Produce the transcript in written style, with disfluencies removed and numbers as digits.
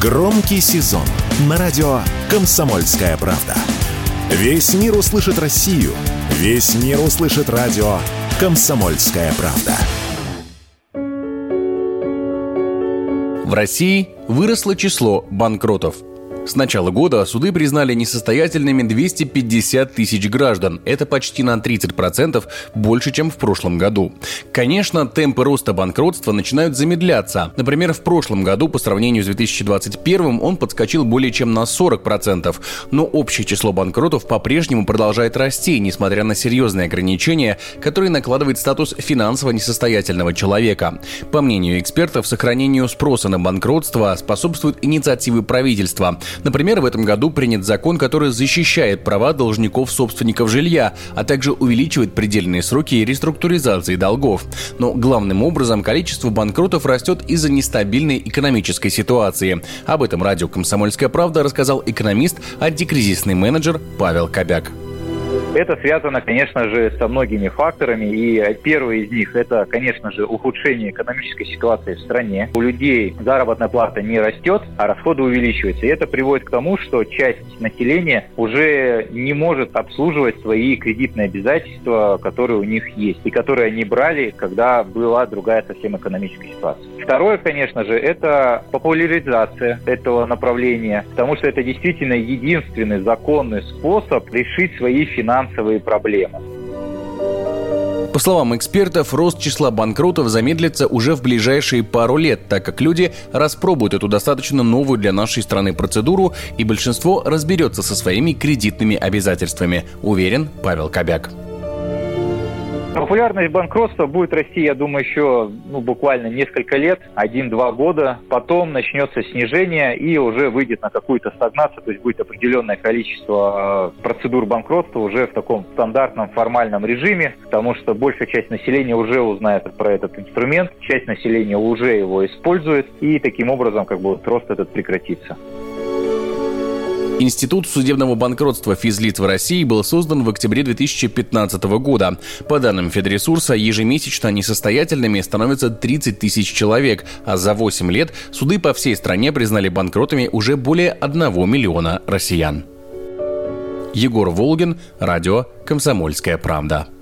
Громкий сезон на радио «Комсомольская правда». Весь мир услышит Россию. Весь мир услышит радио «Комсомольская правда». В России выросло число банкротов. С начала года суды признали несостоятельными 250 тысяч граждан. Это почти на 30% больше, чем в прошлом году. Конечно, темпы роста банкротства начинают замедляться. Например, в прошлом году по сравнению с 2021 он подскочил более чем на 40%. Но общее число банкротов по-прежнему продолжает расти, несмотря на серьезные ограничения, которые накладывает статус финансово несостоятельного человека. По мнению экспертов, сохранению спроса на банкротство способствуют инициативы правительства. Например, в этом году принят закон, который защищает права должников-собственников жилья, а также увеличивает предельные сроки реструктуризации долгов. Но главным образом количество банкротов растет из-за нестабильной экономической ситуации. Об этом радио «Комсомольская правда» рассказал экономист, антикризисный менеджер Павел Кобяк. Это связано, конечно же, со многими факторами, и первый из них – это, конечно же, ухудшение экономической ситуации в стране. У людей заработная плата не растет, а расходы увеличиваются. И это приводит к тому, что часть населения уже не может обслуживать свои кредитные обязательства, которые у них есть, и которые они брали, когда была другая совсем экономическая ситуация. Второе, конечно же, это популяризация этого направления, потому что это действительно единственный законный способ решить свои финансовые проблемы. По словам экспертов, рост числа банкротов замедлится уже в ближайшие пару лет, так как люди распробуют эту достаточно новую для нашей страны процедуру, и большинство разберется со своими кредитными обязательствами, уверен Павел Кобяк. Популярность банкротства будет расти, я думаю, еще буквально несколько лет, 1-2 года. Потом начнется снижение и уже выйдет на какую-то стагнацию, то есть будет определенное количество процедур банкротства уже в таком стандартном формальном режиме, потому что большая часть населения уже узнает про этот инструмент, часть населения уже его использует, и таким образом рост этот прекратится. Институт судебного банкротства физлиц в России был создан в октябре 2015 года. По данным Федресурса, ежемесячно несостоятельными становятся 30 тысяч человек, а за 8 лет суды по всей стране признали банкротами уже более 1 миллиона россиян. Егор Волгин, радио «Комсомольская правда».